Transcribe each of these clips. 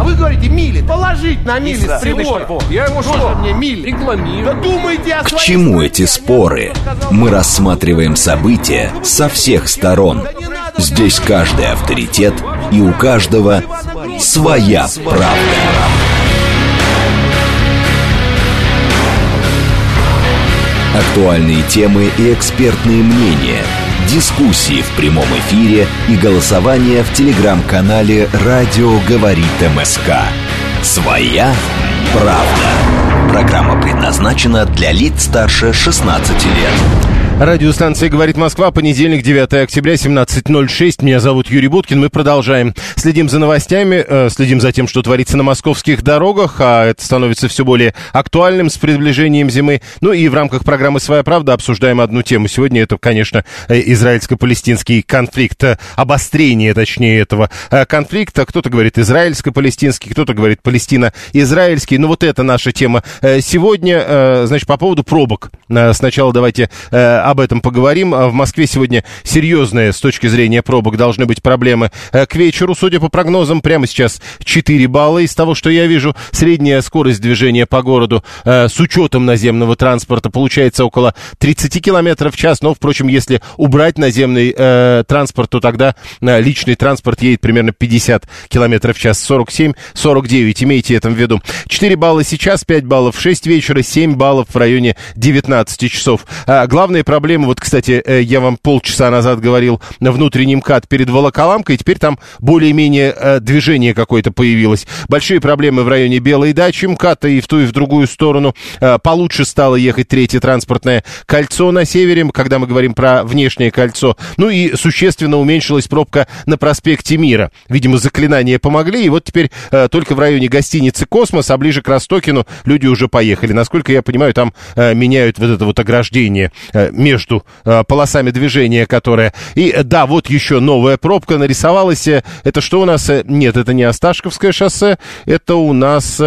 вы говорите мили. Положить на мили с прибора. Я ему что? Мне мили. Рекламирую. Да думайте о своей К чему стране, эти споры? Мы рассматриваем события со всех сторон. Здесь каждый авторитет, и у каждого своя правда. Актуальные темы и экспертные мнения, дискуссии в прямом эфире и голосование в телеграм-канале «Радио говорит МСК». «Своя правда». Программа предназначена для лиц старше 16 лет. Радиостанция «Говорит Москва», понедельник, 9 октября, 17:06. Меня зовут Юрий Буткин. Мы продолжаем. Следим за новостями, следим за тем, что творится на московских дорогах, а это становится все более актуальным с приближением зимы. Ну и в рамках программы «Своя правда» обсуждаем одну тему. Сегодня это, конечно, израильско-палестинский конфликт, обострение, точнее, этого конфликта. Кто-то говорит израильско-палестинский, кто-то говорит палестино-израильский. Ну вот это наша тема сегодня. Значит, по поводу пробок. Сначала давайте об этом поговорим. В Москве сегодня серьезные с точки зрения пробок должны быть проблемы к вечеру. Судя по прогнозам, прямо сейчас 4 балла из того, что я вижу. Средняя скорость движения по городу с учетом наземного транспорта получается около 30 км в час. Но, впрочем, если убрать наземный транспорт, то тогда личный транспорт едет примерно 50 км в час. 47-49. Имейте это в виду. 4 балла сейчас, 5 баллов в 6 вечера, 7 баллов в районе 19 часов. Главная проблема, вот, кстати, я вам полчаса назад говорил, внутренний МКАД перед Волоколамкой, теперь там более-менее движение какое-то появилось. Большие проблемы в районе Белой дачи МКАДа и в ту, и в другую сторону. Получше стало ехать третье транспортное кольцо на севере, когда мы говорим про внешнее кольцо. Ну и существенно уменьшилась пробка на проспекте Мира. Видимо, заклинания помогли, и вот теперь только в районе гостиницы «Космос», а ближе к Ростокину люди уже поехали. Насколько я понимаю, там меняют вот это вот ограждение между полосами движения, которая... И да, вот еще новая пробка нарисовалась. Это что у нас? Нет, это не Осташковское шоссе, это у нас...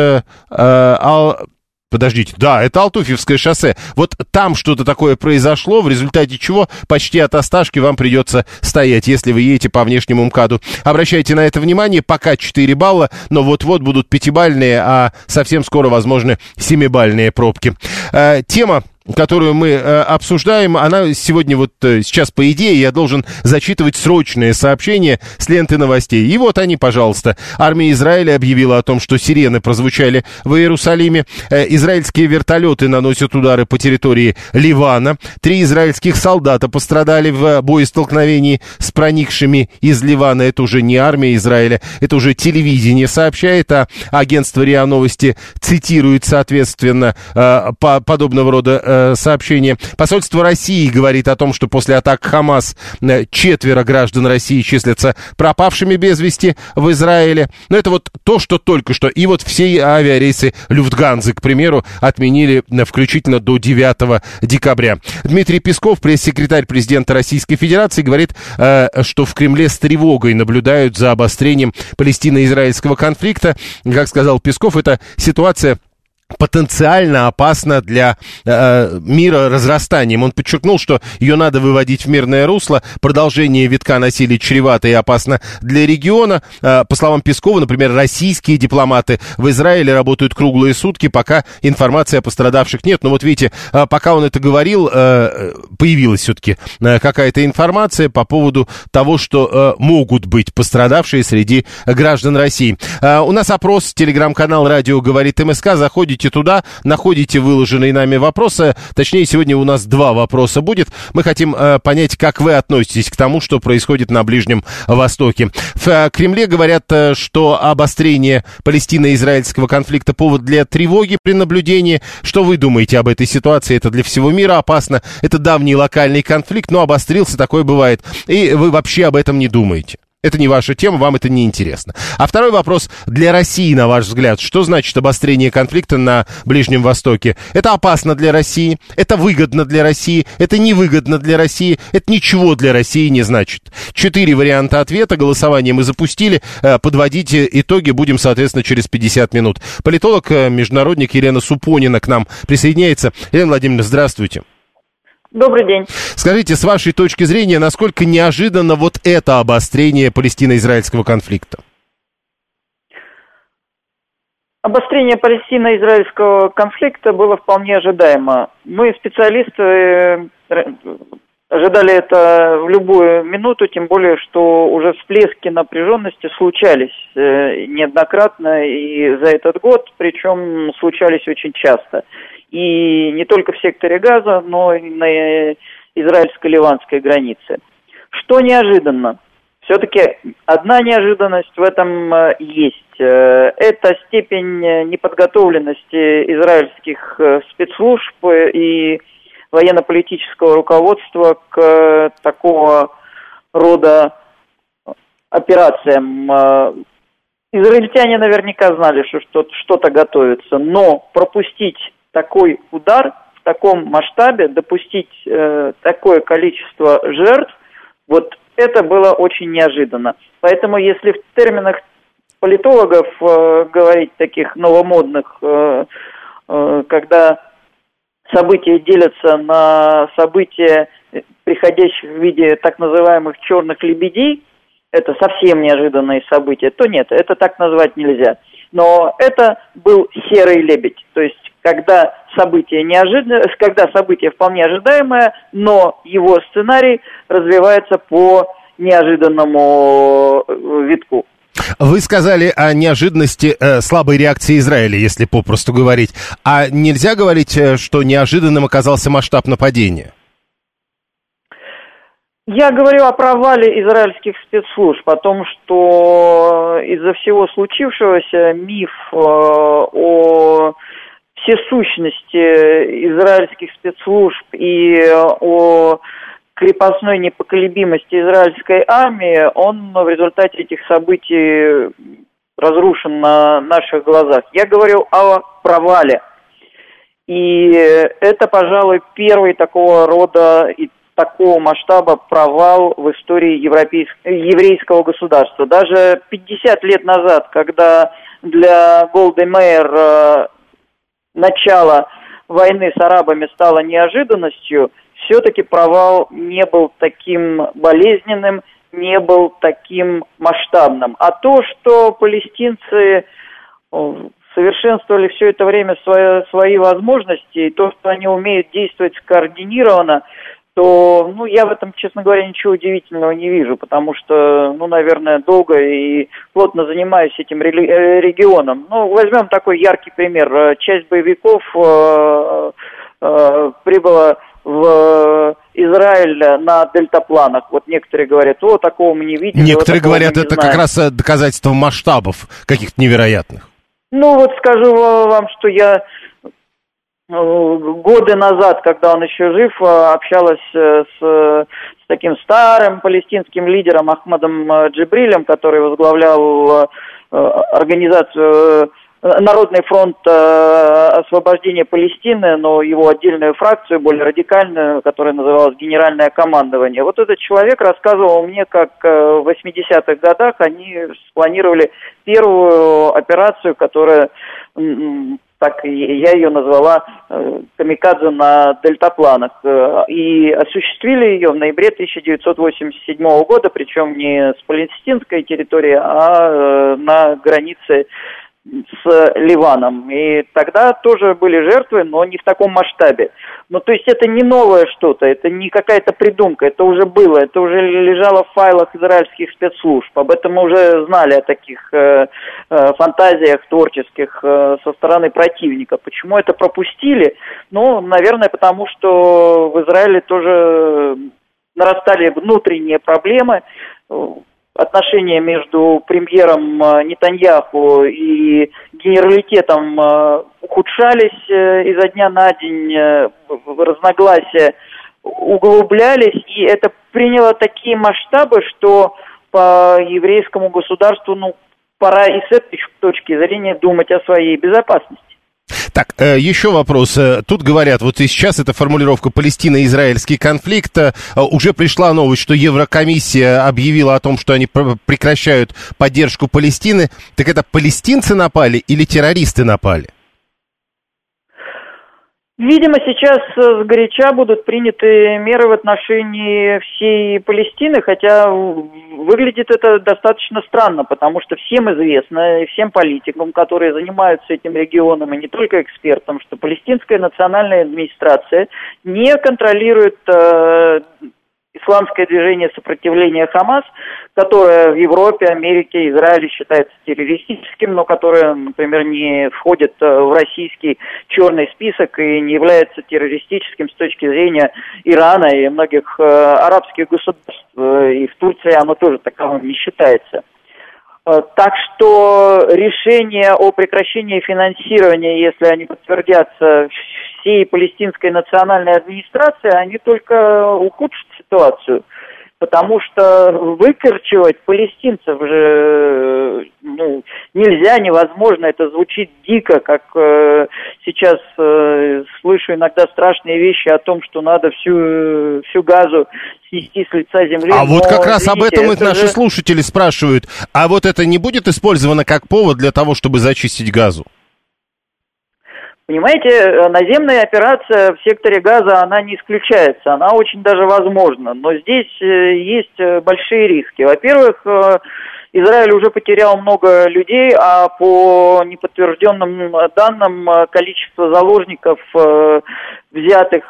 Подождите, да, это Алтуфьевское шоссе. Вот там что-то такое произошло, в результате чего почти от Осташки вам придется стоять, если вы едете по внешнему МКАДу. Обращайте на это внимание, пока 4 балла, но вот-вот будут 5-бальные, а совсем скоро, возможно, 7-бальные пробки. Тема, которую мы обсуждаем, она сегодня вот сейчас, по идее, я должен зачитывать срочные сообщения с ленты новостей. И вот они, пожалуйста. Армия Израиля объявила о том, что сирены прозвучали в Иерусалиме. Израильские вертолеты наносят удары по территории Ливана. 3 израильских солдата пострадали в боестолкновении с проникшими из Ливана. Это уже не армия Израиля, это уже телевидение сообщает, а агентство РИА Новости цитирует, соответственно, подобного рода сообщение. Посольство России говорит о том, что после атак Хамас 4 граждан России числятся пропавшими без вести в Израиле. Но это вот то, что только что. И вот все авиарейсы Люфтганзы, к примеру, отменили включительно до 9 декабря. Дмитрий Песков, пресс-секретарь президента Российской Федерации, говорит, что в Кремле с тревогой наблюдают за обострением палестино-израильского конфликта. Как сказал Песков, эта ситуация потенциально опасно для мира разрастанием. Он подчеркнул, что ее надо выводить в мирное русло. Продолжение витка насилия чревато и опасно для региона. По словам Пескова, например, российские дипломаты в Израиле работают круглые сутки, пока информации о пострадавших нет. Но вот видите, пока он это говорил, появилась все-таки какая-то информация по поводу того, что могут быть пострадавшие среди граждан России. У нас опрос, телеграм-канал «Радио говорит МСК». Заходите туда, находите выложенные нами вопросы. Точнее, сегодня у нас 2 вопроса будет. Мы хотим понять, как вы относитесь к тому, что происходит на Ближнем Востоке. В Кремле говорят, что обострение палестино-израильского конфликта повод для тревоги при наблюдении. Что вы думаете об этой ситуации? Это для всего мира опасно. Это давний локальный конфликт, но обострился, такое бывает. И вы вообще об этом не думаете. Это не ваша тема, вам это не интересно. А второй вопрос для России, на ваш взгляд. Что значит обострение конфликта на Ближнем Востоке? Это опасно для России, это выгодно для России, это невыгодно для России, это ничего для России не значит. 4 варианта ответа, голосование мы запустили. Подводить итоги будем, соответственно, через 50 минут. Политолог, международник Елена Супонина к нам присоединяется. Елена Владимировна, здравствуйте. Добрый день. Скажите, с вашей точки зрения, насколько неожиданно вот это обострение палестино-израильского конфликта? Обострение палестино-израильского конфликта было вполне ожидаемо. Мы, специалисты, ожидали это в любую минуту, тем более, что уже всплески напряженности случались неоднократно и за этот год, причем случались очень часто. И не только в секторе Газа, но и на израильско-ливанской границе. Что неожиданно? Все-таки одна неожиданность в этом есть. Это степень неподготовленности израильских спецслужб и военно-политического руководства к такого рода операциям. Израильтяне наверняка знали, что что-то готовится, но пропустить такой удар в таком масштабе, допустить такое количество жертв, вот это было очень неожиданно. Поэтому если в терминах политологов говорить таких новомодных, когда события делятся на события, приходящих в виде так называемых черных лебедей, это совсем неожиданные события, то нет, это так назвать нельзя. Но это был серый лебедь, то есть когда событие неожиданное, когда событие вполне ожидаемое, но его сценарий развивается по неожиданному витку. Вы сказали о неожиданности слабой реакции Израиля, если попросту говорить. А нельзя говорить, что неожиданным оказался масштаб нападения? Я говорю о провале израильских спецслужб, о том, что из-за всего случившегося миф о всесущности израильских спецслужб и о крепостной непоколебимости израильской армии, он в результате этих событий разрушен на наших глазах. Я говорю о провале. И это, пожалуй, первый такого рода и такого масштаба провал в истории еврейского государства. Даже 50 лет назад, когда для Голды Меир начало войны с арабами стало неожиданностью, все-таки провал не был таким болезненным, не был таким масштабным. А то, что палестинцы совершенствовали все это время свои возможности, и то, что они умеют действовать скоординированно, то, я в этом, честно говоря, ничего удивительного не вижу, потому что, наверное, долго и плотно занимаюсь этим регионом. Возьмем такой яркий пример. Часть боевиков прибыла в Израиль на дельтапланах. Вот некоторые говорят, такого мы не видели. Некоторые говорят, это как раз доказательство масштабов каких-то невероятных. Скажу вам, что я годы назад, когда он еще жив, общалась с таким старым палестинским лидером Ахмадом Джибрилем, который возглавлял организацию Народный фронт освобождения Палестины, но его отдельную фракцию, более радикальную, которая называлась Генеральное командование. Вот этот человек рассказывал мне, как в 80-х годах они спланировали первую операцию, которая, так я ее назвала, камикадзе на дельтапланах. И осуществили ее в ноябре 1987 года, причем не с палестинской территории, а на границе с Ливаном. И тогда тоже были жертвы, но не в таком масштабе. То есть это не новое что-то, это не какая-то придумка, это уже было, это уже лежало в файлах израильских спецслужб. Об этом мы уже знали, о таких фантазиях творческих со стороны противника. Почему это пропустили? Наверное, потому что в Израиле тоже нарастали внутренние проблемы. Отношения между премьером Нетаньяху и генералитетом ухудшались изо дня на день, разногласия углублялись, и это приняло такие масштабы, что по еврейскому государству, пора и с этой точки зрения думать о своей безопасности. Так, еще вопрос. Тут говорят, вот и сейчас эта формулировка «Палестино-израильский конфликт». Уже пришла новость, что Еврокомиссия объявила о том, что они прекращают поддержку Палестины. Так это палестинцы напали или террористы напали? Видимо, сейчас сгоряча будут приняты меры в отношении всей Палестины, хотя выглядит это достаточно странно, потому что всем известно, и всем политикам, которые занимаются этим регионом, и не только экспертам, что палестинская национальная администрация не контролирует исламское движение сопротивления Хамас, которое в Европе, Америке, Израиле считается террористическим, но которое, например, не входит в российский черный список и не является террористическим с точки зрения Ирана и многих арабских государств. И в Турции оно тоже таковым не считается. Так что решение о прекращении финансирования, если они подтвердятся всей палестинской национальной администрации, они только ухудшат ситуацию. Потому что выкорчевать палестинцев же нельзя, невозможно. Это звучит дико, как сейчас слышу иногда страшные вещи о том, что надо всю Газу снести с лица земли. А вот как раз об этом наши слушатели спрашивают. А вот это не будет использовано как повод для того, чтобы зачистить Газу? Понимаете, наземная операция в секторе Газа, она не исключается, она очень даже возможна, но здесь есть большие риски. Во-первых, Израиль уже потерял много людей, а по неподтвержденным данным количество заложников, взятых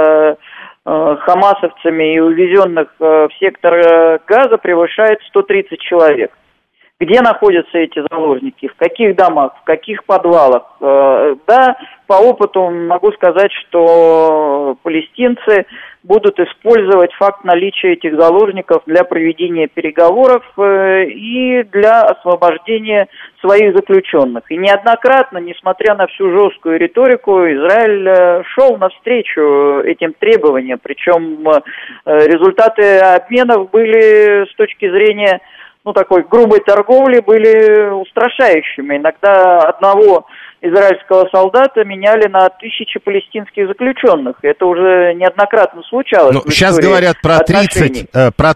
хамасовцами и увезенных в сектор Газа, превышает 130 человек. Где находятся эти заложники, в каких домах, в каких подвалах. Да, по опыту могу сказать, что палестинцы будут использовать факт наличия этих заложников для проведения переговоров и для освобождения своих заключенных. И неоднократно, несмотря на всю жесткую риторику, Израиль шел навстречу этим требованиям. Причем результаты обменов были с точки зрения такой грубой торговли были устрашающими. Иногда одного израильского солдата меняли на 1000 палестинских заключенных. Это уже неоднократно случалось. Сейчас говорят про 30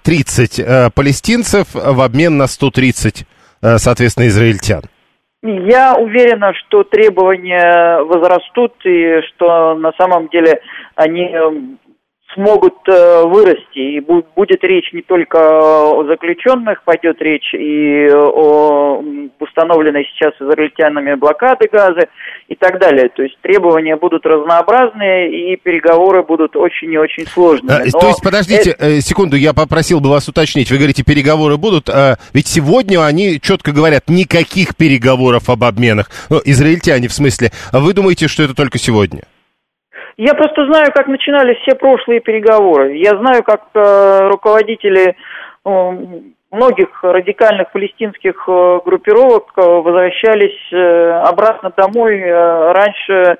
палестинцев в обмен на 130, соответственно, израильтян. Я уверена, что требования возрастут и что на самом деле они смогут вырасти, и будет речь не только о заключенных, пойдет речь и о установленной сейчас израильтянами блокады Газы и так далее. То есть требования будут разнообразные, и переговоры будут очень и очень сложными. То есть, подождите секунду, я попросил бы вас уточнить. Вы говорите, переговоры будут, ведь сегодня они четко говорят, никаких переговоров об обменах. Израильтяне, в смысле. Вы думаете, что это только сегодня? Я просто знаю, как начинались все прошлые переговоры. Я знаю, как руководители многих радикальных палестинских группировок возвращались обратно домой раньше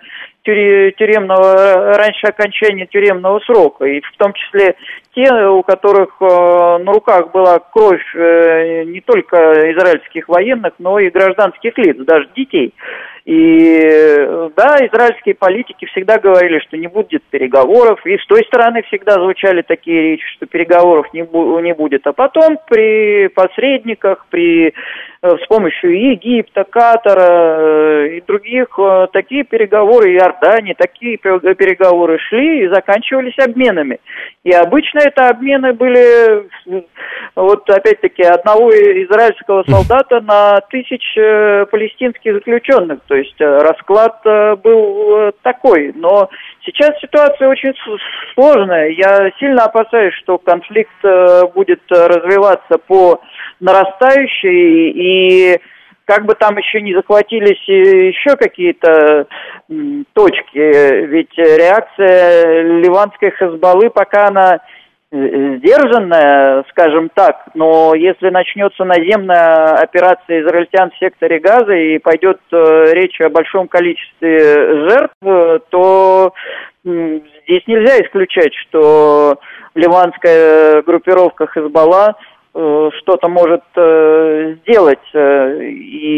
окончания тюремного срока. И в том числе те, у которых на руках была кровь не только израильских военных, но и гражданских лиц, даже детей. И да, израильские политики всегда говорили, что не будет переговоров, и с той стороны всегда звучали такие речи, что переговоров не будет. А потом при посредниках, с помощью Египта, Катара и других, такие переговоры, Иордании, такие переговоры шли и заканчивались обменами. И обычно это обмены были, вот опять-таки, одного израильского солдата на 1000 палестинских заключенных. То есть расклад был такой. Но сейчас ситуация очень сложная. Я сильно опасаюсь, что конфликт будет развиваться по нарастающей, и как бы там еще не захватились еще какие-то точки, ведь реакция ливанской Хезболлы пока она сдержанная, скажем так, но если начнется наземная операция израильтян в секторе Газа и пойдет речь о большом количестве жертв, то здесь нельзя исключать, что ливанская группировка Хезболла что-то может сделать. И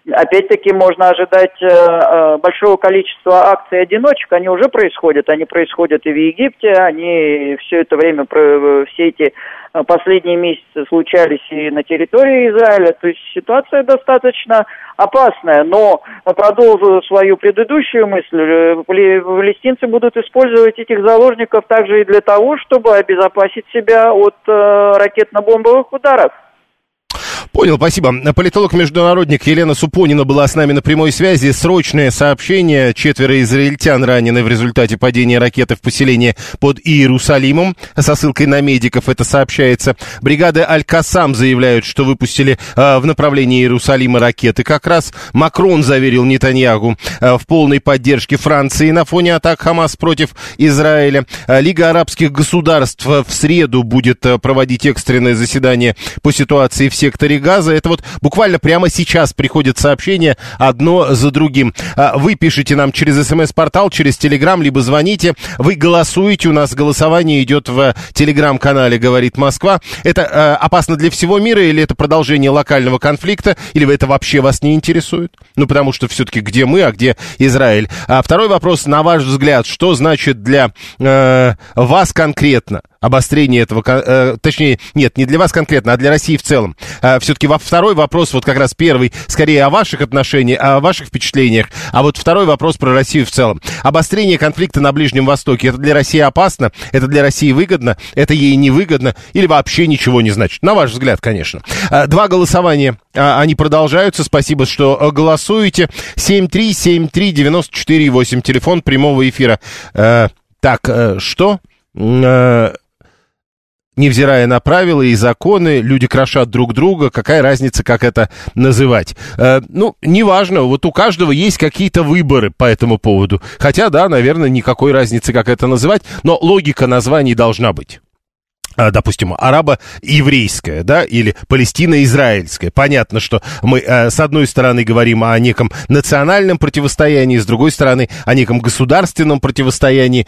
опять-таки можно ожидать большого количества акций-одиночек, они уже происходят, они происходят и в Египте, они все это время, все эти последние месяцы случались и на территории Израиля, то есть ситуация достаточно опасная, но продолжу свою предыдущую мысль, палестинцы будут использовать этих заложников также и для того, чтобы обезопасить себя от ракетно-бомбовых ударов. Понял, спасибо. Политолог-международник Елена Супонина была с нами на прямой связи. Срочное сообщение. 4 израильтян ранены в результате падения ракеты в поселение под Иерусалимом. Со ссылкой на медиков это сообщается. Бригады Аль-Кассам заявляют, что выпустили в направлении Иерусалима ракеты. Как раз Макрон заверил Нетаньяху в полной поддержке Франции на фоне атак Хамас против Израиля. Лига арабских государств в среду будет проводить экстренное заседание по ситуации в секторе Газа. Это вот буквально прямо сейчас приходят сообщения одно за другим. Вы пишите нам через СМС-портал, через Телеграм, либо звоните. Вы голосуете. У нас голосование идет в Телеграм-канале «Говорит Москва». Это опасно для всего мира или это продолжение локального конфликта? Или это вообще вас не интересует? Ну, потому что все-таки где мы, а где Израиль? Второй вопрос, на ваш взгляд, что значит для вас конкретно обострение этого, точнее, нет, не для вас конкретно, а для России в целом. Все-таки второй вопрос, вот как раз первый, скорее о ваших отношениях, о ваших впечатлениях, а вот второй вопрос про Россию в целом. Обострение конфликта на Ближнем Востоке, это для России опасно, это для России выгодно, это ей невыгодно или вообще ничего не значит? На ваш взгляд, конечно. 2 голосования, они продолжаются, спасибо, что голосуете. 7373948, телефон прямого эфира. Что? Невзирая на правила и законы, люди крошат друг друга, какая разница, как это называть? Неважно, вот у каждого есть какие-то выборы по этому поводу. Хотя, да, наверное, никакой разницы, как это называть, но логика названий должна быть. Допустим, арабо-еврейская, да, или палестино-израильская. Понятно, что мы с одной стороны говорим о неком национальном противостоянии, с другой стороны о неком государственном противостоянии.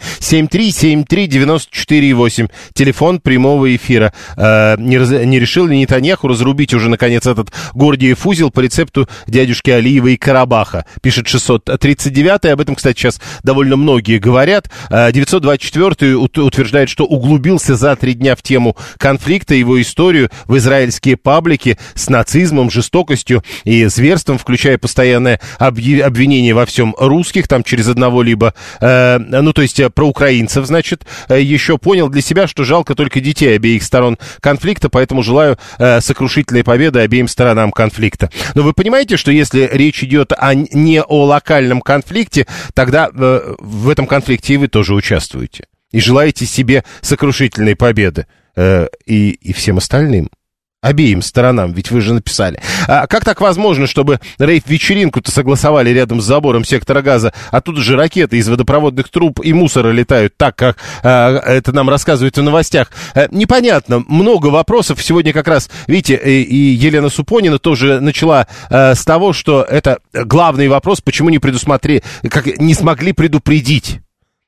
7373948, телефон прямого эфира. Не решил ли Нетаньяху разрубить уже, наконец, этот Гордиев узел по рецепту дядюшки Алиева и Карабаха? Пишет 639-й, об этом, кстати, сейчас довольно многие говорят. 924-й утверждает, что углубился за 3 дня в тему конфликта, его историю в израильские паблики с нацизмом, жестокостью и зверством, включая постоянное обвинение во всем русских, там через одного либо, то есть про украинцев, значит, еще понял для себя, что жалко только детей обеих сторон конфликта, поэтому желаю сокрушительной победы обеим сторонам конфликта. Но вы понимаете, что если речь идет не о локальном конфликте, тогда в этом конфликте и вы тоже участвуете. И желаете себе сокрушительной победы. И всем остальным. Обеим сторонам, ведь вы же написали. Как так возможно, чтобы рейв-вечеринку-то согласовали рядом с забором сектора Газа, а тут же ракеты из водопроводных труб и мусора летают так, как это нам рассказывают в новостях? Непонятно. Много вопросов. Сегодня как раз, видите, и Елена Супонина тоже начала с того, что это главный вопрос, почему не смогли предупредить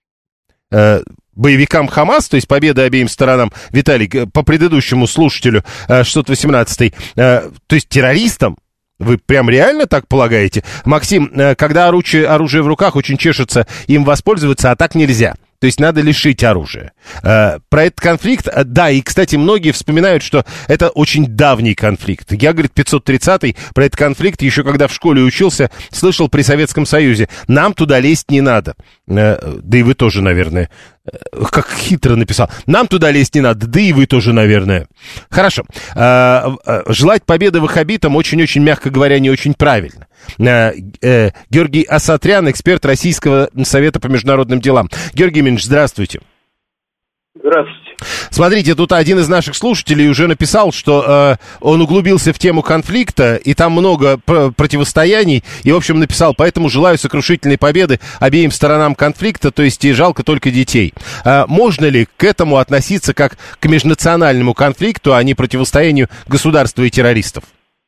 боевикам Хамас, то есть победа обеим сторонам, Виталий, по предыдущему слушателю 618-й, то есть террористам? Вы прям реально так полагаете? Максим, когда оружие в руках, очень чешется им воспользоваться, а так нельзя. То есть надо лишить оружия. Про этот конфликт, да, и, кстати, многие вспоминают, что это очень давний конфликт. Я, говорит, 530-й про этот конфликт, еще когда в школе учился, слышал при Советском Союзе. Нам туда лезть не надо. Да и вы тоже, наверное. Как хитро написал. Нам туда лезть не надо, да и вы тоже, наверное. Хорошо. Желать победы ваххабитам очень-очень, мягко говоря, не очень правильно. Георгий Асатрян, эксперт Российского совета по международным делам. Георгий Ильич, здравствуйте. Здравствуйте. Смотрите, тут один из наших слушателей уже написал, что он углубился в тему конфликта, и там много противостояний, и, в общем, написал, поэтому желаю сокрушительной победы обеим сторонам конфликта, то есть и жалко только детей. Можно ли к этому относиться как к межнациональному конфликту, а не противостоянию государства и террористов?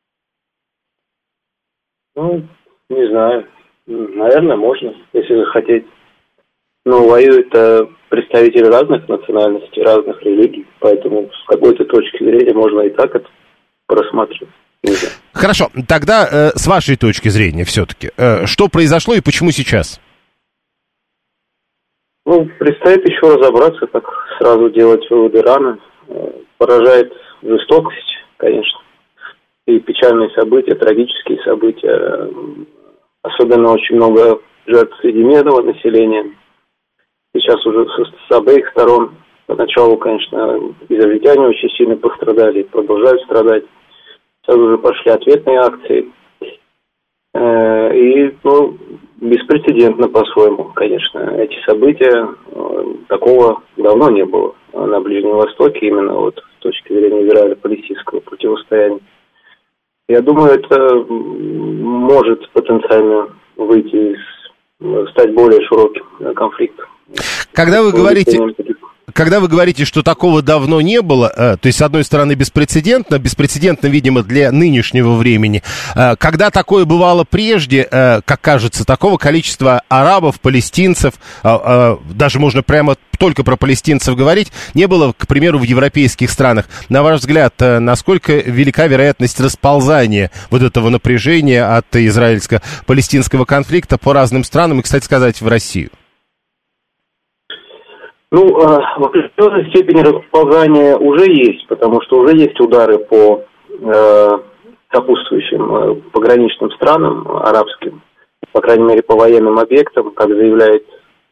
Не знаю. Наверное, можно, если захотеть. Но воюют представители разных национальностей, разных религий, поэтому с какой-то точки зрения можно и так это просматривать. Хорошо, тогда с вашей точки зрения все-таки, что произошло и почему сейчас? Ну, предстоит еще разобраться, как сразу делать выводы рано. Поражает жестокость, конечно, и печальные события, трагические события. Особенно очень много жертв среди мирного населения. Сейчас уже с обеих сторон. Поначалу, конечно, израильтяне очень сильно пострадали, продолжают страдать. Сейчас уже пошли ответные акции. И, ну, беспрецедентно по-своему, конечно. Эти события, такого давно не было на Ближнем Востоке, именно вот с точки зрения израиля-палестинского противостояния. Я думаю, это может потенциально выйти стать более широким конфликтом. Когда вы говорите, что такого давно не было, то есть, с одной стороны, беспрецедентно, видимо, для нынешнего времени, когда такое бывало прежде, как кажется, такого количества арабов, палестинцев, даже можно прямо только про палестинцев говорить, не было, к примеру, в европейских странах. На ваш взгляд, насколько велика вероятность расползания вот этого напряжения от израильско-палестинского конфликта по разным странам и, кстати сказать, в Россию? Ну, в определенной степени расползания уже есть, потому что уже есть удары по сопутствующим пограничным странам арабским, по крайней мере, по военным объектам, как заявляет.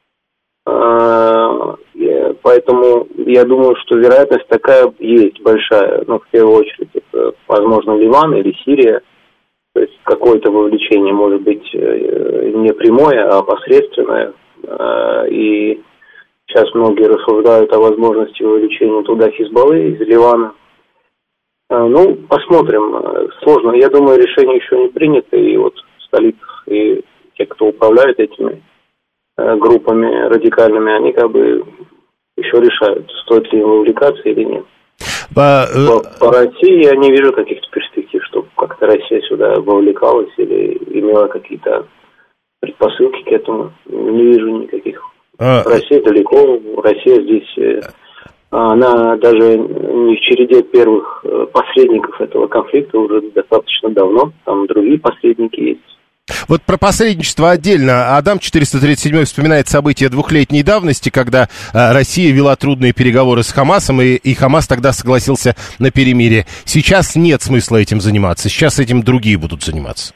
Поэтому я думаю, что вероятность такая есть большая. Ну, в первую очередь, это, возможно, Ливан или Сирия. То есть какое-то вовлечение может быть не прямое, а посредственное. И сейчас многие рассуждают о возможности вовлечения туда Хизбаллы из Ливана. Ну, посмотрим. Сложно. Я думаю, решение еще не принято. И вот в столицах и те, кто управляет этими группами радикальными, они как бы еще решают, стоит ли им вовлекаться или нет. По России я не вижу каких-то перспектив, чтобы как-то Россия сюда вовлекалась или имела какие-то предпосылки к этому. Не вижу никаких. Россия далеко, Россия здесь, она даже не в череде первых посредников этого конфликта уже достаточно давно, там другие посредники есть. Вот про посредничество отдельно. Адам 437 вспоминает события двухлетней давности, когда Россия вела трудные переговоры с Хамасом, и Хамас тогда согласился на перемирие. Сейчас нет смысла этим заниматься, сейчас этим другие будут заниматься.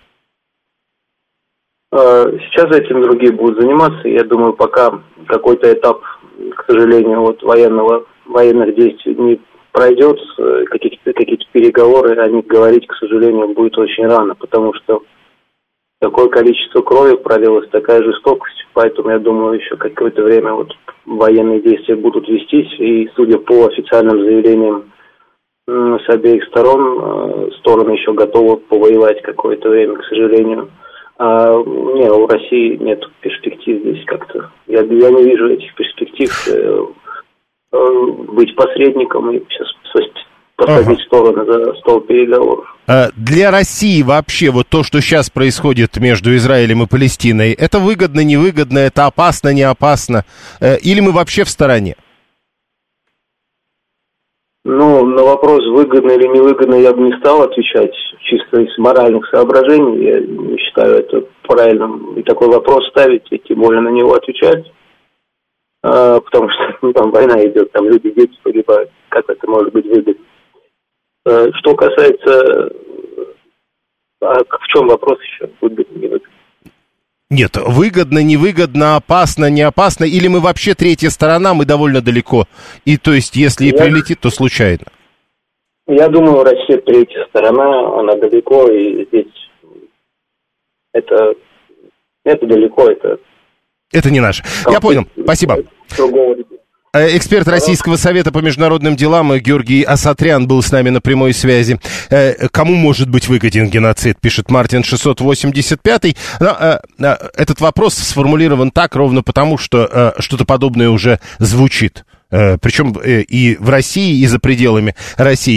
Сейчас этим другие будут заниматься. Я думаю, пока какой-то этап, к сожалению, вот военных действий не пройдет, какие-то переговоры о них говорить, к сожалению, будет очень рано, потому что такое количество крови пролилось, такая жестокость, поэтому я думаю, еще какое-то время вот военные действия будут вестись, и судя по официальным заявлениям с обеих сторон, стороны еще готовы повоевать какое-то время, к сожалению. Не, у России нет перспектив здесь как-то. Я не вижу этих перспектив быть посредником и сейчас посадить стороны за стол переговоров. Для России вообще вот то, что сейчас происходит между Израилем и Палестиной, это выгодно, невыгодно, это опасно, не опасно? Или мы вообще в стороне? Ну, на вопрос, выгодно или невыгодно, я бы не стал отвечать чисто из моральных соображений. Я не считаю это правильным и такой вопрос ставить, и тем более на него отвечать. Потому что там война идет, там люди, дети погибают. Как это может быть выгодно? Что касается... в чем вопрос еще? Выгодно, невыгодно? Нет, выгодно, невыгодно, опасно, не опасно, или мы вообще третья сторона, мы довольно далеко, и то есть если и прилетит, то случайно? Я думаю, Россия третья сторона, она далеко, и здесь это далеко, это... Это не наше. Я понял, спасибо. Эксперт Российского совета по международным делам Георгий Асатрян был с нами на прямой связи. Кому может быть выгоден геноцид, пишет Мартин 685. Этот вопрос сформулирован так ровно потому, что что-то подобное уже звучит. Причем и в России, и за пределами России.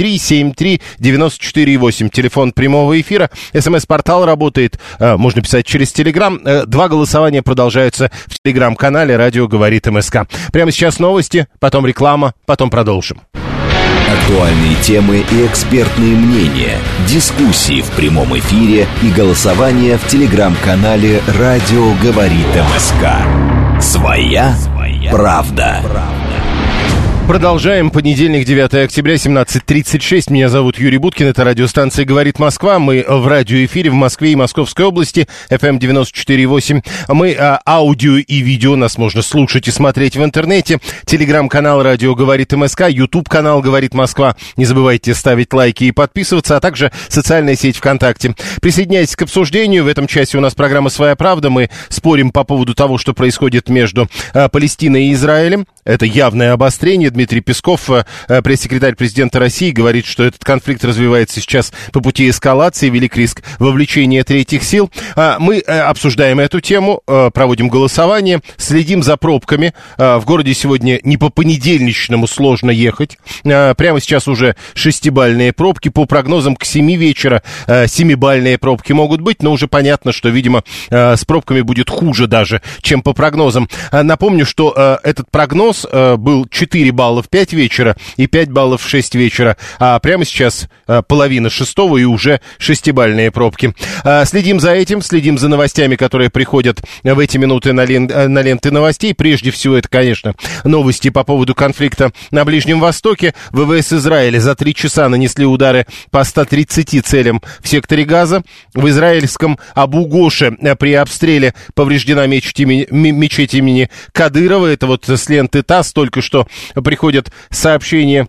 7373948, телефон прямого эфира. СМС-портал работает, можно писать через Телеграм. 2 голосования продолжаются в Телеграм-канале «Радио говорит МСК». Прямо сейчас новости, потом реклама, потом продолжим. Актуальные темы и экспертные мнения, дискуссии в прямом эфире и голосование в телеграм-канале «Радио говорит МСК». Своя правда. Продолжаем. Понедельник, 9 октября, 17:36. Меня зовут Юрий Буткин. Это радиостанция «Говорит Москва». Мы в радиоэфире в Москве и Московской области. FM 94.8. Мы аудио и видео. Нас можно слушать и смотреть в интернете. Телеграм-канал «Радио говорит МСК». Ютуб-канал «Говорит Москва». Не забывайте ставить лайки и подписываться. А также социальная сеть ВКонтакте. Присоединяйтесь к обсуждению. В этом часе у нас программа «Своя правда». Мы спорим по поводу того, что происходит между Палестиной и Израилем. Это явное обострение. Дмитрий Песков, пресс-секретарь президента России, говорит, что этот конфликт развивается сейчас по пути эскалации, велик риск вовлечения третьих сил. Мы обсуждаем эту тему, проводим голосование, следим за пробками. В городе сегодня не по понедельничному сложно ехать. Прямо сейчас уже 6-бальные пробки. По прогнозам к 7 вечера 7-бальные пробки могут быть, но уже понятно, что, видимо, с пробками будет хуже даже, чем по прогнозам. Напомню, что этот прогноз был 4 балла в 5 вечера и 5 баллов в 6 вечера. А прямо сейчас половина шестого и уже 6-бальные пробки. Следим за этим, следим за новостями, которые приходят в эти минуты на ленты новостей. Прежде всего, это, конечно, новости по поводу конфликта на Ближнем Востоке. ВВС Израиля за 3 часа нанесли удары по 130 целям в секторе Газа. В израильском Абу-Гоше при обстреле повреждена мечеть имени Кадырова. Это вот с ленты ТАСС только что приходят сообщения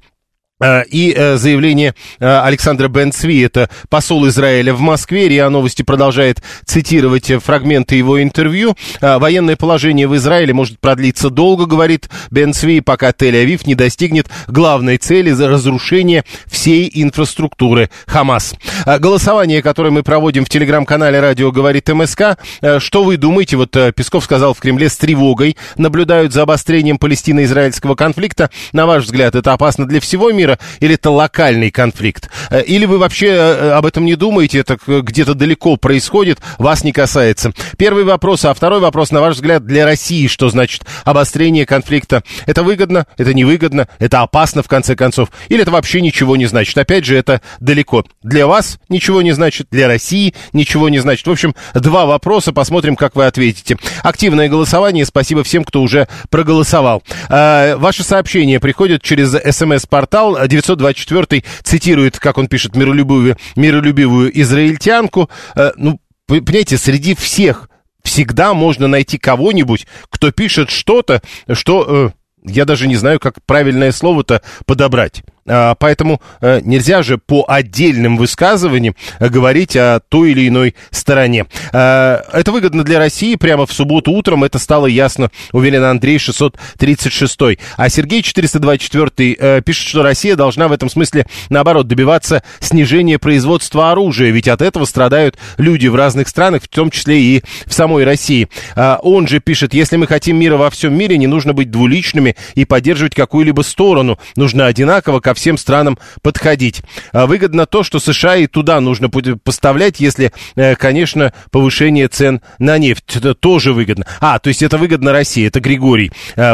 и заявление Александра Бен-Цви, это посол Израиля в Москве. РИА Новости продолжает цитировать фрагменты его интервью. Военное положение в Израиле может продлиться долго, говорит Бен-Цви, пока Тель-Авив не достигнет главной цели за разрушение всей инфраструктуры Хамас. Голосование, которое мы проводим в телеграм-канале «Радио говорит МСК». Что вы думаете? Вот Песков сказал, в Кремле с тревогой наблюдают за обострением палестино-израильского конфликта. На ваш взгляд, это опасно для всего мира? Или это локальный конфликт? Или вы вообще об этом не думаете, это где-то далеко происходит, вас не касается? Первый вопрос. А второй вопрос, на ваш взгляд, для России, что значит обострение конфликта? Это выгодно, это невыгодно, это опасно, в конце концов? Или это вообще ничего не значит? Опять же, это далеко. Для вас ничего не значит, для России ничего не значит. В общем, 2 вопроса, посмотрим, как вы ответите. Активное голосование, спасибо всем, кто уже проголосовал. Ваши сообщения приходят через СМС-портал. 924 цитирует, как он пишет, миролюбивую израильтянку. Понимаете, среди всех всегда можно найти кого-нибудь, кто пишет что-то, что я даже не знаю, как правильное слово-то подобрать. Поэтому нельзя же по отдельным высказываниям говорить о той или иной стороне. Это выгодно для России. Прямо в субботу утром это стало ясно, уверен Андрей 636. А Сергей 424 пишет, что Россия должна в этом смысле, наоборот, добиваться снижения производства оружия. Ведь от этого страдают люди в разных странах, в том числе и в самой России. Он же пишет, если мы хотим мира во всем мире, не нужно быть двуличными и поддерживать какую-либо сторону. Нужно одинаково ко всем странам подходить. Выгодно то, что США и туда нужно поставлять, если, конечно, повышение цен на нефть. Это тоже выгодно. То есть это выгодно России. Это Григорий,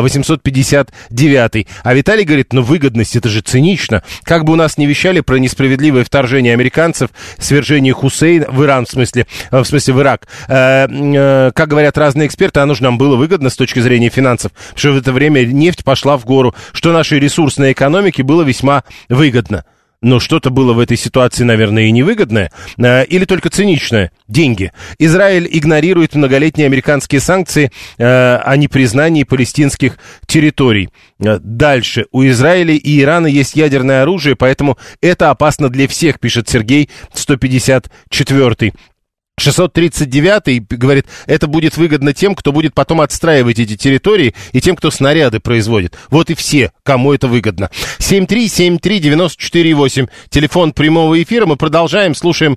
859. А Виталий говорит, выгодность, это же цинично. Как бы у нас ни вещали про несправедливое вторжение американцев, свержение Хусейна, в Иран, в смысле в Ирак. Как говорят разные эксперты, оно же нам было выгодно с точки зрения финансов, что в это время нефть пошла в гору, что нашей ресурсной экономике было весьма выгодно. Но что-то было в этой ситуации, наверное, и невыгодное, или только циничное. Деньги. Израиль игнорирует многолетние американские санкции о непризнании палестинских территорий. Дальше. У Израиля и Ирана есть ядерное оружие, поэтому это опасно для всех, пишет Сергей 154. 639 говорит, это будет выгодно тем, кто будет потом отстраивать эти территории, и тем, кто снаряды производит. Вот и все, кому это выгодно. 7373948, телефон прямого эфира. Мы продолжаем, слушаем.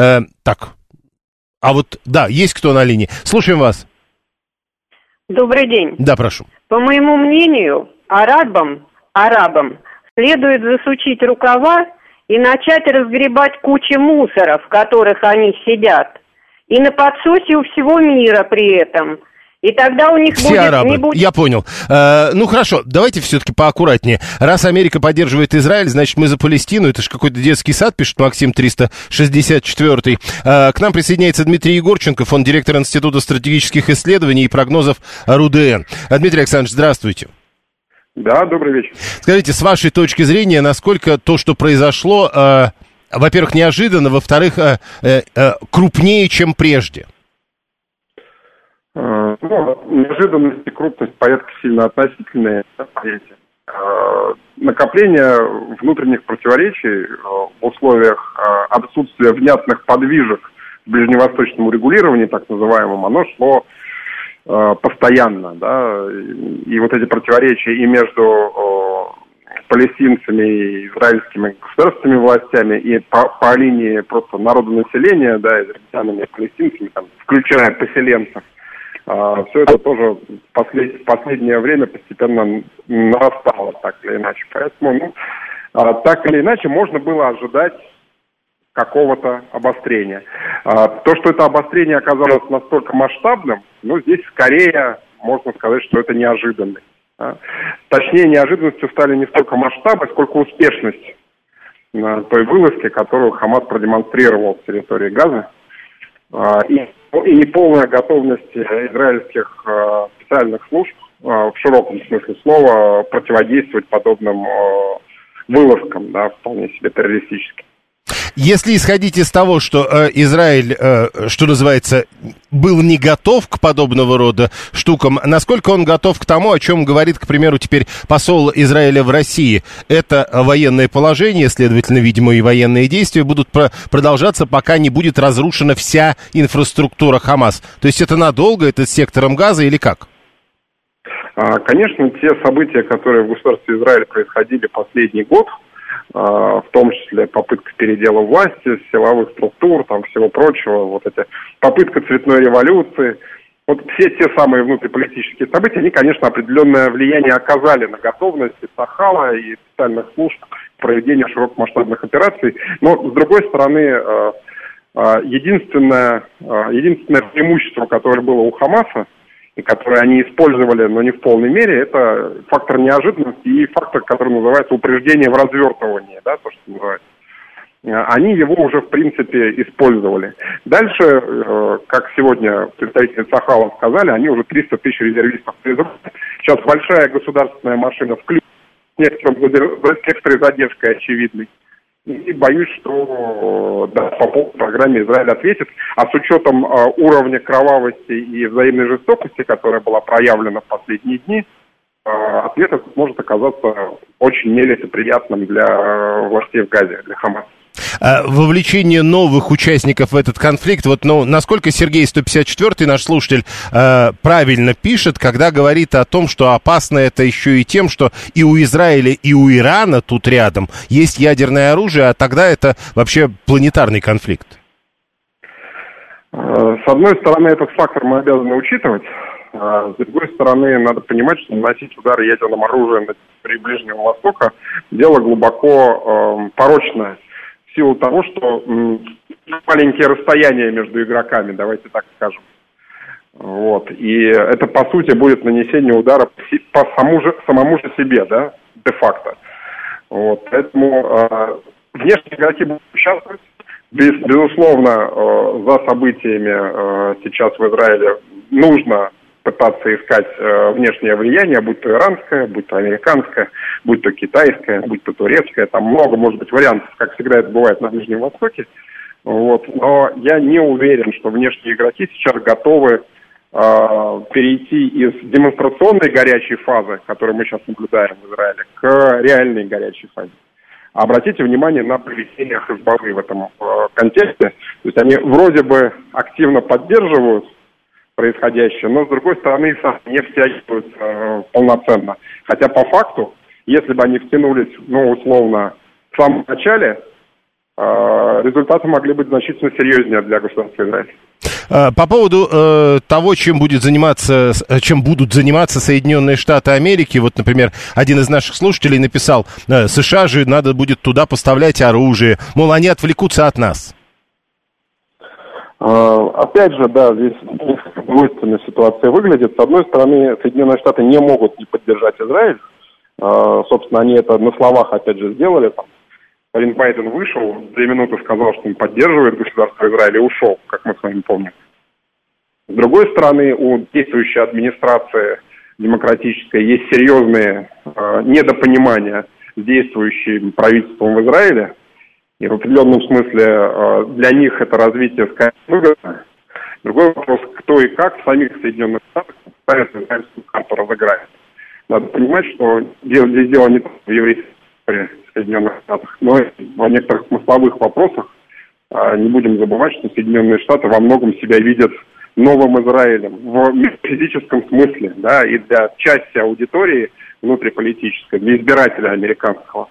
Есть кто на линии. Слушаем вас. Добрый день. Да, прошу. По моему мнению, арабам следует засучить рукава и начать разгребать кучи мусора, в которых они сидят. И на подсосе у всего мира при этом. И тогда у них Все будет, арабы, не будет... я понял. Ну хорошо, давайте все-таки поаккуратнее. Раз Америка поддерживает Израиль, значит мы за Палестину. Это же какой-то детский сад, пишет Максим 364. К нам присоединяется Дмитрий Егорченков, он директор Института стратегических исследований и прогнозов РУДН. Дмитрий Александрович, здравствуйте. Да, добрый вечер. Скажите, с вашей точки зрения, насколько то, что произошло, во-первых, неожиданно, во-вторых, крупнее, чем прежде? Неожиданность и крупность порядка сильно относительные понятия. Накопление внутренних противоречий в условиях отсутствия внятных подвижек в ближневосточном урегулировании, так называемом, оно шло постоянно, да, и вот эти противоречия и между палестинцами и израильскими государственными властями, и по линии просто народонаселения, да, израильтянами и палестинцами, там, включая поселенцев, все это тоже в последнее время постепенно нарастало, так или иначе. Поэтому, так или иначе, можно было ожидать какого-то обострения. То, что это обострение оказалось настолько масштабным, здесь скорее можно сказать, что это неожиданность. Точнее, неожиданностью стали не столько масштабы, сколько успешность той вылазки, которую Хамас продемонстрировал с территории Газы. И неполная готовность израильских специальных служб в широком смысле слова противодействовать подобным вылазкам, да, вполне себе террористическим. Если исходить из того, что Израиль, что называется, был не готов к подобного рода штукам, насколько он готов к тому, о чем говорит, к примеру, теперь посол Израиля в России? Это военное положение, следовательно, видимо, и военные действия будут продолжаться, пока не будет разрушена вся инфраструктура Хамас. То есть это надолго, это с сектором Газа или как? Конечно, те события, которые в государстве Израиль происходили последний год, в том числе попытка передела власти, силовых структур, там всего прочего, вот эти попытка цветной революции, вот все те самые внутриполитические события, они, конечно, определенное влияние оказали на готовность и Сахала, и специальных служб к проведению широкомасштабных операций. Но, с другой стороны, единственное преимущество, которое было у Хамаса, и которые они использовали, но не в полной мере, это фактор неожиданности и фактор, который называется упреждение в развертывании, да, то, что называется. Они его уже, в принципе, использовали. Дальше, как сегодня представители Сахала сказали, они уже 300 тысяч резервистов призвали. Сейчас большая государственная машина включена с некоторой задержкой очевидной. И боюсь, что по полной программе Израиль ответит. А с учетом уровня кровавости и взаимной жестокости, которая была проявлена в последние дни, ответ этот может оказаться очень нелицеприятным для властей в Газе, для Хамаса. Вовлечение новых участников в этот конфликт, насколько Сергей 154, наш слушатель, правильно пишет, когда говорит о том, что опасно это еще и тем, что и у Израиля, и у Ирана тут рядом есть ядерное оружие, а тогда это вообще планетарный конфликт. С одной стороны, этот фактор мы обязаны учитывать, с другой стороны, надо понимать, что наносить удары ядерным оружием на территории Ближнего Востока дело глубоко порочное. В силу того, что маленькие расстояния между игроками, давайте так скажем. Вот. И это, по сути, будет нанесение удара по самому же себе, да, де-факто. Вот. Поэтому внешние игроки будут участвовать. Безусловно, за событиями сейчас в Израиле нужно пытаться искать внешнее влияние, будь то иранское, будь то американское, будь то китайское, будь то турецкое. Там много, может быть, вариантов, как всегда это бывает на Ближнем Востоке. Вот. Но я не уверен, что внешние игроки сейчас готовы перейти из демонстрационной горячей фазы, которую мы сейчас наблюдаем в Израиле, к реальной горячей фазе. Обратите внимание на поведение Хизбаллы в этом контексте. То есть они вроде бы активно поддерживают происходящее, но, с другой стороны, не втягиваются полноценно. Хотя, по факту, если бы они втянулись, условно, в самом начале, результаты могли быть значительно серьезнее для государства Израиль. По поводу того, чем будут заниматься Соединенные Штаты Америки, вот, например, один из наших слушателей написал, США же надо будет туда поставлять оружие, мол, они отвлекутся от нас. От опять же, да, здесь двойственная ситуация выглядит. С одной стороны, Соединенные Штаты не могут не поддержать Израиль. Собственно, они это на словах, опять же, сделали. Господин Байден вышел, 2 минуты сказал, что он поддерживает государство Израиль и ушел, как мы с вами помним. С другой стороны, у действующей администрации демократической есть серьезные недопонимания с действующим правительством в Израиле. И в определенном смысле для них это развитие скорее выгодно. Другой вопрос, кто и как в самих Соединенных Штатах ставит израильскую карту разыграет. Надо понимать, что здесь дело не только в еврейской истории Соединенных Штатах, но и во некоторых смысловых вопросах. Не будем забывать, что Соединенные Штаты во многом себя видят новым Израилем в метафизическом смысле, да, и для части аудитории внутриполитической, для избирателя американского.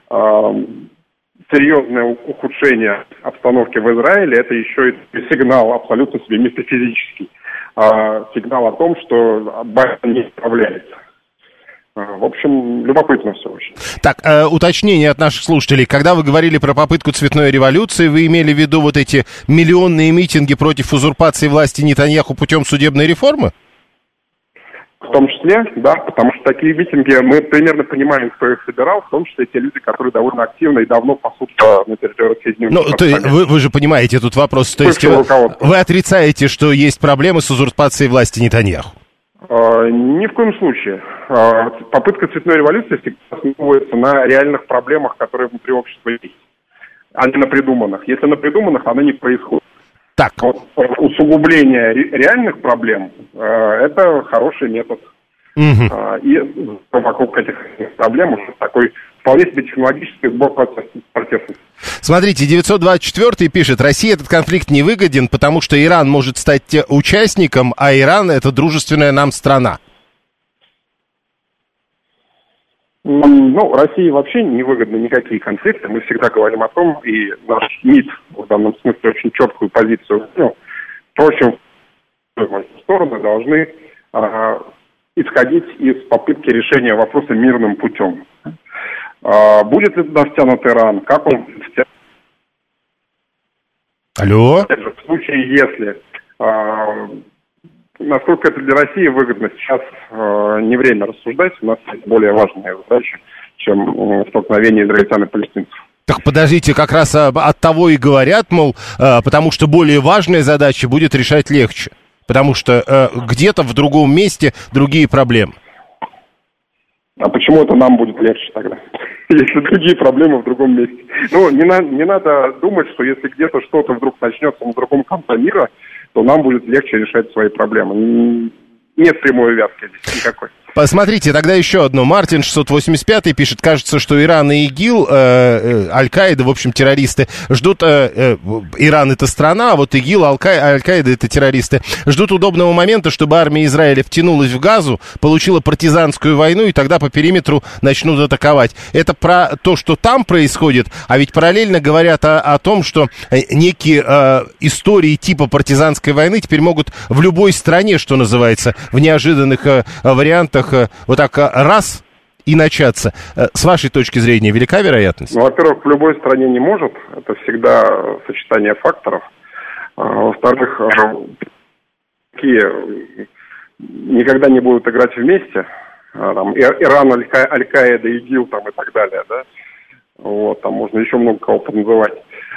Серьезное ухудшение обстановки в Израиле – это еще и сигнал абсолютно себе метафизический. Сигнал о том, что Байден не справляется. В общем, любопытно все очень. Так, уточнение от наших слушателей. Когда вы говорили про попытку цветной революции, вы имели в виду вот эти миллионные митинги против узурпации власти Нетаньяху путем судебной реформы? В том числе, да, потому что такие митинги, мы примерно понимаем, кто их собирал, в том числе те люди, которые довольно активно и давно пасутся на территории Соединенных Штатов. Ну, вы же понимаете тут вопрос, то есть вы отрицаете, что есть проблемы с узурпацией власти Нетаньяху? Ни в коем случае. Попытка цветной революции всегда основывается на реальных проблемах, которые внутри общества есть, а не на придуманных. Если на придуманных, она не происходит. Так. Вот, усугубление реальных проблем – это хороший метод. И вокруг этих проблем уже такой вполне себе технологический сбор процессов. Смотрите, 924 пишет: России этот конфликт не выгоден, потому что Иран может стать участником, а Иран – это дружественная нам страна. Ну, России вообще не выгодны никакие конфликты. Мы всегда говорим о том, и наш МИД в данном смысле очень четкую позицию. Впрочем, стороны должны исходить из попытки решения вопроса мирным путем. Будет ли туда втянут Иран? Как он втянут? Алло? Опять же, в случае, если... Насколько это для России выгодно, сейчас не время рассуждать. У нас есть более важная задача, чем столкновение израильтян и палестинцев. Так подождите, как раз от того и говорят, мол, потому что более важная задача будет решать легче. Потому что где-то в другом месте другие проблемы. А почему это нам будет легче тогда, если другие проблемы в другом месте? Ну, не надо думать, что если где-то что-то вдруг начнется на другом конце мира, то нам будет легче решать свои проблемы. Нет прямой увязки здесь никакой. Посмотрите, тогда еще одно. Мартин 685 пишет: кажется, что Иран и ИГИЛ, Аль-Каида, в общем, террористы, ждут... Иран — это страна, а вот ИГИЛ, Аль-Каида — это террористы. Ждут удобного момента, чтобы армия Израиля втянулась в Газу, получила партизанскую войну, и тогда по периметру начнут атаковать. Это про то, что там происходит, а ведь параллельно говорят о том, что некие истории типа партизанской войны теперь могут в любой стране, что называется, в неожиданных вариантах, вот так раз и начаться. С вашей точки зрения, велика вероятность? Ну, во-первых, в любой стране не может. Это всегда сочетание факторов. Во-вторых, такие никогда не будут играть вместе. Там, Иран, Аль-Каида, ИГИЛ там, и так далее. Да? Вот, там можно еще много кого подназывать.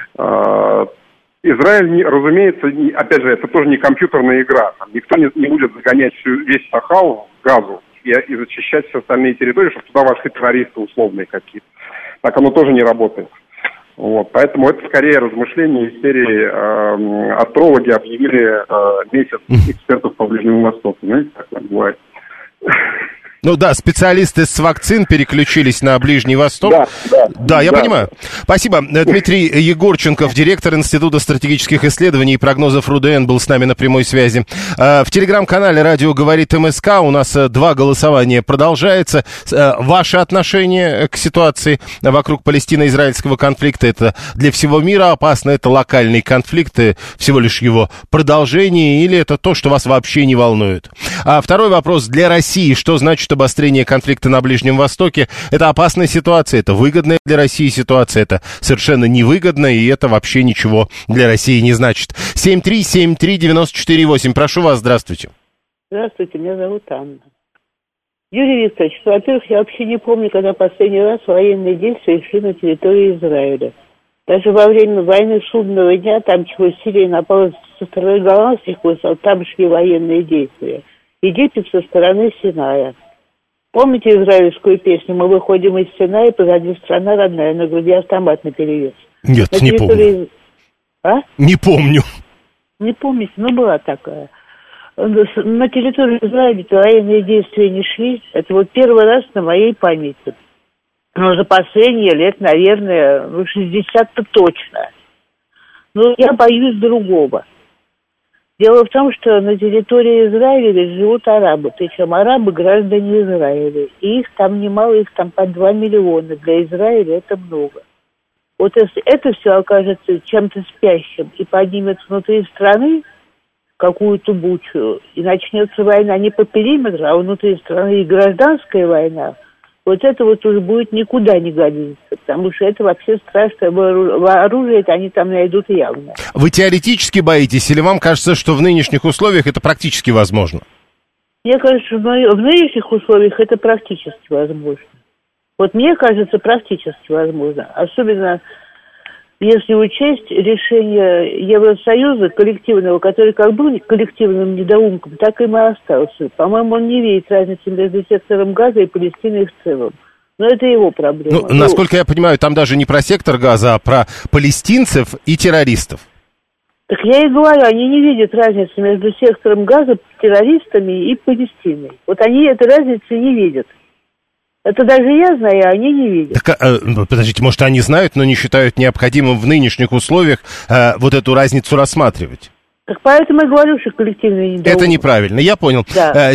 Израиль, разумеется, опять же, это тоже не компьютерная игра. Там никто не будет загонять весь Сахал в Газу и зачищать все остальные территории, чтобы туда вошли террористы условные какие-то. Так оно тоже не работает. Вот, поэтому это скорее размышления из серии астрологи объявили месяц экспертов по Ближнему Востоку. Знаете, так бывает. Ну да, специалисты с вакцин переключились на Ближний Восток. Да, я понимаю. Спасибо. Дмитрий Егорченков, директор Института стратегических исследований и прогнозов РУДН, был с нами на прямой связи. В телеграм-канале «Радио говорит МСК» у нас 2 голосования продолжается. Ваше отношение к ситуации вокруг палестино-израильского конфликта — это для всего мира опасно, это локальный конфликт, всего лишь его продолжение, или это то, что вас вообще не волнует? А второй вопрос: для России что значит обострение конфликта на Ближнем Востоке. Это опасная ситуация, это выгодная для России ситуация, это совершенно невыгодно, и это вообще ничего для России не значит. 7373948, прошу вас, здравствуйте. Здравствуйте, меня зовут Анна. Юрий Викторович, во-первых, я вообще не помню, когда последний раз военные действия шли на территории Израиля. Даже во время войны Судного дня, там чего Сирия напала со стороны голландских высот, там шли военные действия. Идите со стороны Синая. Помните израильскую песню «Мы выходим из Синая, позади страна родная, на груди автомат наперевес»? Нет, не помню. А? Не помню. Не помните? Ну, была такая. На территории Израиля военные действия не шли. Это вот первый раз на моей памяти. Но за последние лет, наверное, 60-то точно. Но я боюсь другого. Дело в том, что на территории Израиля живут арабы. Причем арабы граждане Израиля. И их там немало, их там по 2 миллиона. Для Израиля это много. Вот если это все окажется чем-то спящим и поднимет внутри страны какую-то бучу, и начнется война не по периметру, а внутри страны и гражданская война, вот это вот уже будет никуда не годиться, потому что это вообще страшное оружие, это они там найдут явно. Вы теоретически боитесь, или вам кажется, что в нынешних условиях это практически возможно? Мне кажется, в нынешних условиях это практически возможно. Вот мне кажется, практически возможно. Особенно если учесть решение Евросоюза коллективного, который как был коллективным недоумком, так и остался. По-моему, он не видит разницы между сектором Газа и Палестиной в целом. Но это его проблема. Ну, насколько я понимаю, там даже не про сектор Газа, а про палестинцев и террористов. Так я и говорю, они не видят разницы между сектором Газа, террористами и Палестиной. Вот они этой разницы не видят. Это даже я знаю, а они не видят. Так, подождите, может, они знают, но не считают необходимым в нынешних условиях вот эту разницу рассматривать? Так поэтому я говорю, что коллективный недоумок. Это неправильно, я понял. Да.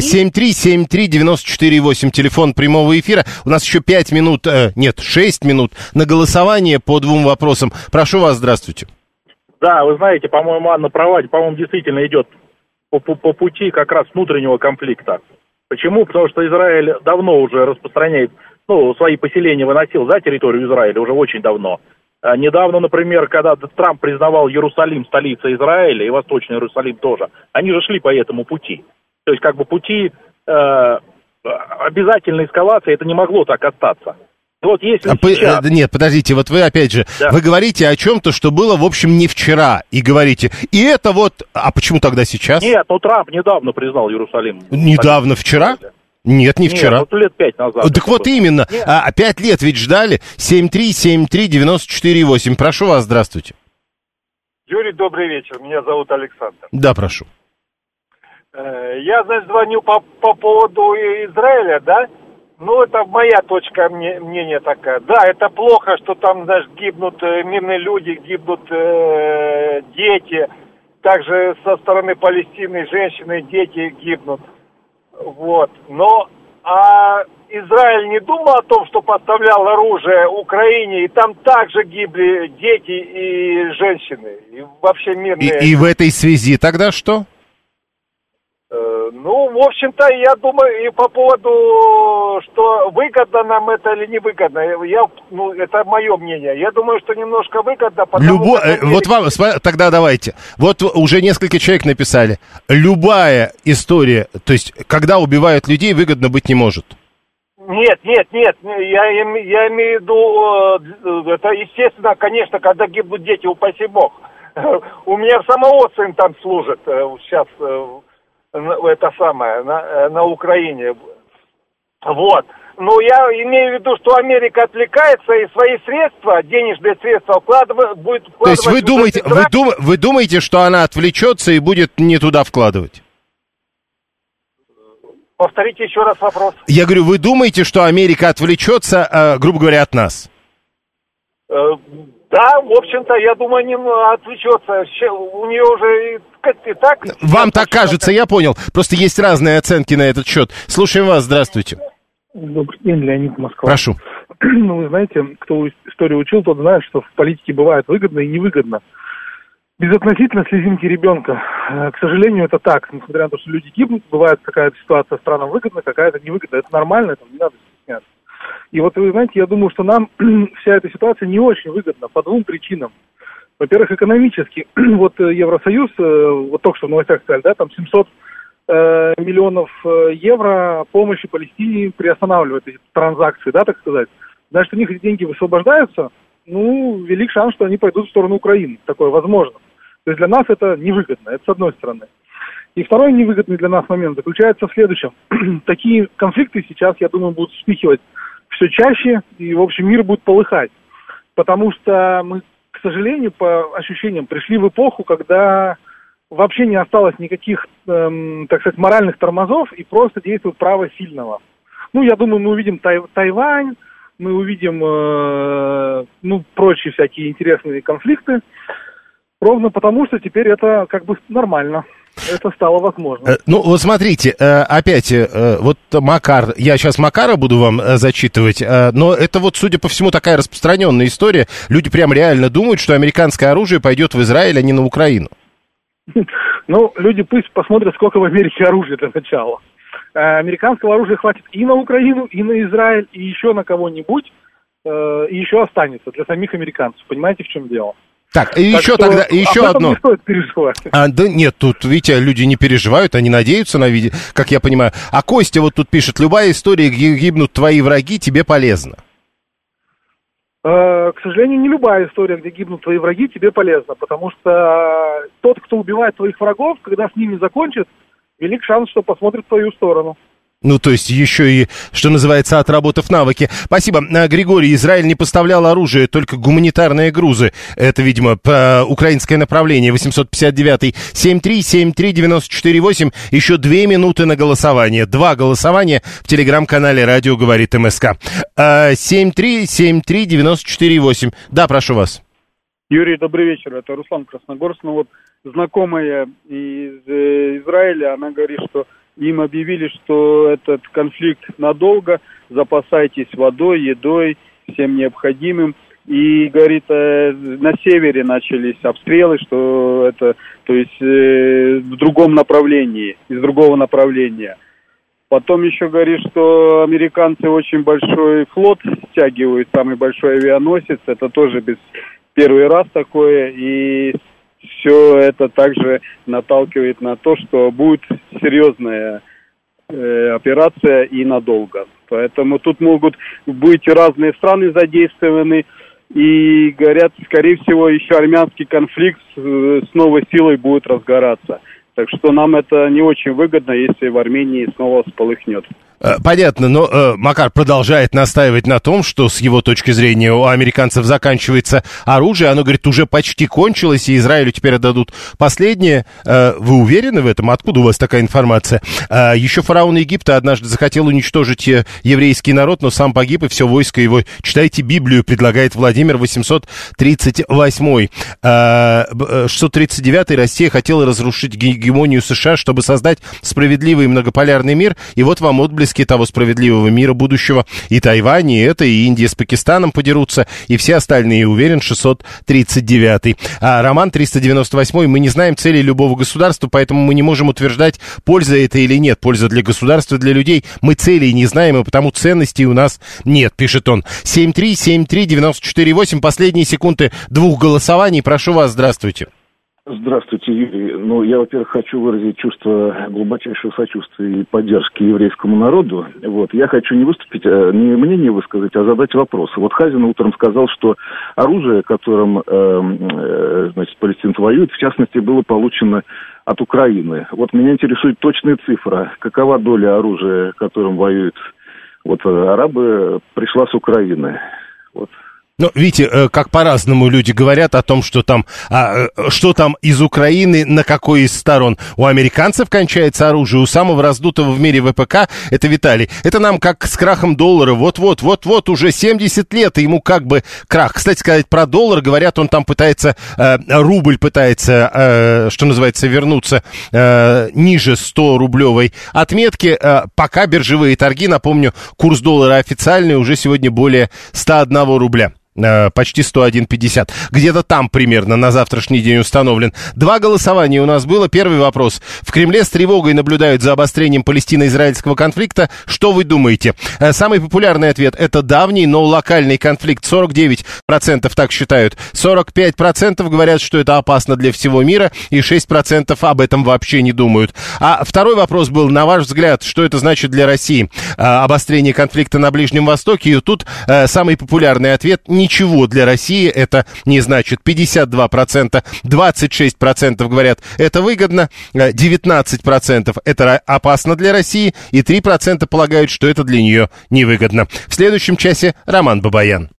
7373948, телефон прямого эфира. У нас еще 5 минут, 6 минут на голосование по 2 вопросам. Прошу вас, здравствуйте. Да, вы знаете, по-моему, Анна права, по-моему, действительно идет по пути как раз внутреннего конфликта. Почему? Потому что Израиль давно уже распространяет, свои поселения выносил за территорию Израиля уже очень давно. Недавно, например, когда Трамп признавал Иерусалим столицей Израиля, и Восточный Иерусалим тоже, они же шли по этому пути. То есть, пути обязательной эскалации, это не могло так остаться. Вот если сейчас... Нет, подождите, вот вы опять же, да. Вы говорите о чем-то, что было, в общем, не вчера, и говорите, и это вот... А почему тогда сейчас? Нет, Трамп недавно признал Иерусалим. Недавно, вчера? Нет, не вчера. Нет, лет 5 назад. Так вот именно, 5 лет ведь ждали. 7373948, прошу вас, здравствуйте. Юрий, добрый вечер, меня зовут Александр. Да, прошу. Я, звоню по поводу Израиля, да? Это моя точка мнения такая. Да, это плохо, что там, гибнут мирные люди, гибнут дети. Также со стороны Палестины женщины, дети гибнут. Вот. Но Израиль не думал о том, что поставлял оружие Украине, и там также гибли дети и женщины, и вообще мирные. И в этой связи тогда что? В общем-то, я думаю, и по поводу, что выгодно нам это или не выгодно, это мое мнение. Я думаю, что немножко выгодно, потому что... Вот вам, тогда давайте. Вот уже несколько человек написали. Любая история, то есть, когда убивают людей, выгодно быть не может. Нет, я имею в виду, это естественно, конечно, когда гибнут дети, упаси бог. У меня самого сын там служит сейчас... на Украине. Вот. Но я имею в виду, что Америка отвлекается и свои средства, денежные средства будет вкладывать... То есть вы думаете, что она отвлечется и будет не туда вкладывать? Повторите еще раз вопрос. Я говорю, вы думаете, что Америка отвлечется, грубо говоря, от нас? Да, в общем-то, я думаю, не отвлечется. У нее уже и так... Вам так кажется, я понял. Просто есть разные оценки на этот счет. Слушаем вас, здравствуйте. Добрый день, Леонид, Москва. Прошу. Вы знаете, кто историю учил, тот знает, что в политике бывает выгодно и невыгодно. безотносительно слезинки ребенка. К сожалению, это так. Несмотря на то, что люди гибнут, бывает какая-то ситуация странам выгодна, какая-то невыгодна. Это нормально, это не надо стесняться. И вот вы знаете, я думаю, что нам вся эта ситуация не очень выгодна по двум причинам. Во-первых, экономически. Вот Евросоюз, вот только что в новостях сказали, да, там 700 миллионов евро помощи Палестине приостанавливает эти транзакции, да, так сказать. Значит, у них эти деньги высвобождаются, ну, велик шанс, что они пойдут в сторону Украины. Такое возможно. То есть для нас это невыгодно, это с одной стороны. И второй невыгодный для нас момент заключается в следующем. Такие конфликты сейчас, я думаю, будут вспыхивать все чаще, и, в общем, мир будет полыхать. Потому что мы, к сожалению, по ощущениям, пришли в эпоху, когда вообще не осталось никаких, так сказать, моральных тормозов, и просто действует право сильного. Ну, я думаю, мы увидим Тайвань, мы увидим, прочие всякие интересные конфликты, ровно потому, что теперь это как бы нормально. Это стало возможно. Ну, вот смотрите, опять, вот Макар, я сейчас Макара буду вам зачитывать, но это вот, судя по всему, такая распространенная история. Люди прям реально думают, что американское оружие пойдет в Израиль, а не на Украину. Ну, люди пусть посмотрят, сколько в Америке оружия для начала. Американского оружия хватит и на Украину, и на Израиль, и еще на кого-нибудь, и еще останется для самих американцев. Понимаете, в чем дело? Так, и еще что, тогда, еще одно. Не стоит переживать. Да нет, тут, видите, люди не переживают, они надеются на виде, как я понимаю. А Костя вот тут пишет: любая история, где гибнут твои враги, тебе полезна. К сожалению, не любая история, где гибнут твои враги, тебе полезна, потому что тот, кто убивает твоих врагов, когда с ними закончит, велик шанс, что посмотрит в твою сторону. Ну, то есть еще и, что называется, отработав навыки. Спасибо. Григорий, Израиль не поставлял оружие, только гуманитарные грузы. Это, видимо, украинское направление. 859-й, 7373948. Еще 2 минуты на голосование. 2 голосования в телеграм-канале «Радио говорит МСК». 7373948. Да, прошу вас. Юрий, добрый вечер. Это Руслан Красногорск. Ну вот знакомая из Израиля, она говорит, что им объявили, что этот конфликт надолго, запасайтесь водой, едой, всем необходимым. И, говорит, на севере начались обстрелы, что это, то есть, в другом направлении, из другого направления. Потом еще говорит, что американцы очень большой флот стягивают, самый большой авианосец, это тоже первый раз такое, и все это также наталкивает на то, что будет серьезная операция и надолго. Поэтому тут могут быть разные страны задействованы. И, говорят, скорее всего, еще армянский конфликт с новой силой будет разгораться. Так что нам это не очень выгодно, если в Армении снова вспыхнет. Понятно, но Макар продолжает настаивать на том, что с его точки зрения у американцев заканчивается оружие. Оно, говорит, уже почти кончилось, и Израилю теперь отдадут последнее. Вы уверены в этом? Откуда у вас такая информация? Еще фараон Египта однажды захотел уничтожить еврейский народ, но сам погиб, и все войско его. Читайте Библию, предлагает Владимир 838. 639-й Россия хотела разрушить гегемонию США, чтобы создать справедливый и многополярный мир. И вот вам отблеск того справедливого мира будущего. И Тайвань, и это, и Индия с Пакистаном подерутся, и все остальные, уверен, 639-й. А Роман 398-й. Мы не знаем целей любого государства, поэтому мы не можем утверждать, польза это или нет. Польза для государства, для людей. Мы целей не знаем, и потому ценностей у нас нет, пишет он. 7373948. Последние секунды 2 голосований. Прошу вас, здравствуйте. Здравствуйте, Юрий. Ну, я, во-первых, хочу выразить чувство глубочайшего сочувствия и поддержки еврейскому народу. Вот. Я хочу не выступить, не мнение высказать, а задать вопрос. Вот Хазин утром сказал, что оружие, которым, значит, палестинцы воюют, в частности, было получено от Украины. Вот меня интересует точная цифра. Какова доля оружия, которым воюют вот арабы, пришла с Украины? Вот. Ну, видите, как по-разному люди говорят о том, что там из Украины, на какой из сторон. У американцев кончается оружие, у самого раздутого в мире ВПК, это Виталий. Это нам как с крахом доллара, вот-вот, уже 70 лет, и ему как бы крах. Кстати сказать, про доллар, говорят, он там пытается, рубль пытается, что называется, вернуться ниже 100-рублевой отметки. Пока биржевые торги, напомню, курс доллара официальный уже сегодня более 101 рубля. почти 101,50. Где-то там примерно на завтрашний день установлен. 2 голосования у нас было. Первый вопрос. В Кремле с тревогой наблюдают за обострением палестино-израильского конфликта. Что вы думаете? Самый популярный ответ – это давний, но локальный конфликт. 49% так считают. 45% говорят, что это опасно для всего мира. И 6% об этом вообще не думают. А второй вопрос был, на ваш взгляд, что это значит для России? Обострение конфликта на Ближнем Востоке. И тут самый популярный ответ – ничего для России это не значит. 52%, 26% говорят, это выгодно, 19% это опасно для России, и 3% полагают, что это для нее невыгодно. В следующем часе Роман Бабаян.